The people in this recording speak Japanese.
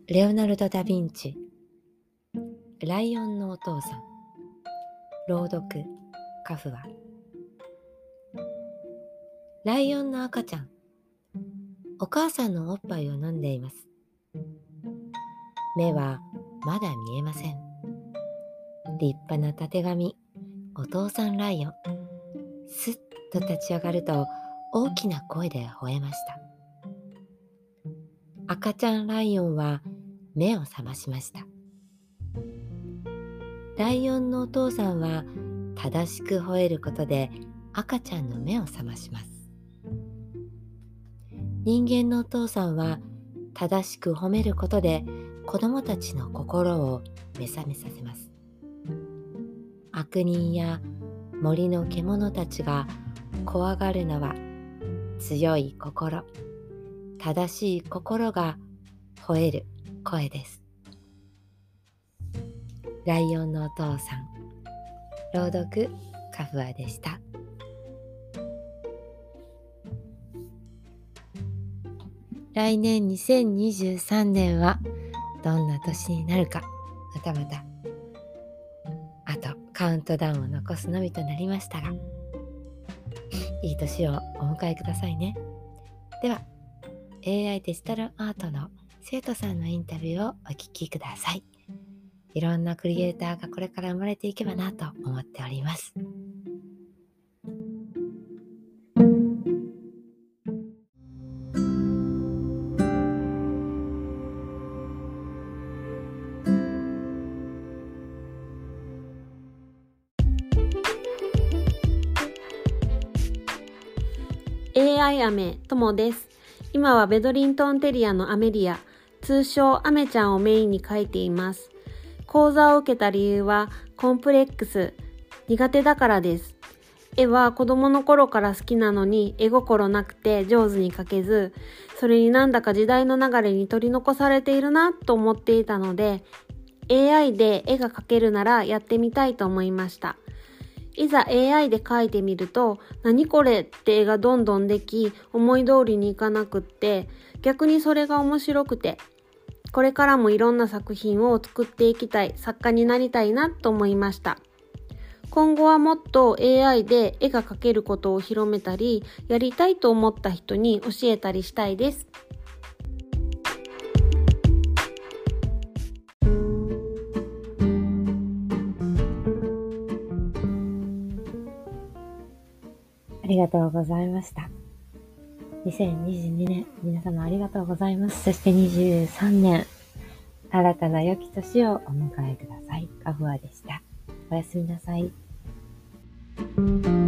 レオナルド・ダ・ヴィンチ、ライオンのお父さん。朗読、カフワ。ライオンの赤ちゃん、お母さんのおっぱいを飲んでいます。目はまだ見えません。立派なたてがみ、お父さんライオン。すっと立ち上がると大きな声で吠えました。赤ちゃんライオンは目を覚ましました。ライオンのお父さんは正しく吠えることで赤ちゃんの目を覚まします。人間のお父さんは正しく褒めることで子供たちの心を目覚めさせます。悪人や森の獣たちが怖がるのは強い心、正しい心が吠える声です。ライオンのお父さん、朗読カフワでした。来年2023年はどんな年になるか、またまたあとカウントダウンを残すのみとなりましたが、いい年をお迎えくださいね。では AI デジタルアートの生徒さんのインタビューをお聞きください。いろんなクリエイターがこれから生まれていけばなと思っております。 AI アメともです。今はベドリントンテリアのアメリア、通称アメちゃんをメインに描いています。講座を受けた理由はコンプレックス、苦手だからです。絵は子供の頃から好きなのに絵心なくて上手に描けず、それになんだか時代の流れに取り残されているなと思っていたので、AI で絵が描けるならやってみたいと思いました。いざ AI で描いてみると、何これって絵がどんどんでき、思い通りにいかなくって、逆にそれが面白くて、これからもいろんな作品を作っていきたい、作家になりたいなと思いました。今後はもっと AI で絵が描けることを広めたり、やりたいと思った人に教えたりしたいです。 ありがとうございました。2022年、皆様ありがとうございます。そして23年、新たな良き年をお迎えください。カフワでした。おやすみなさい。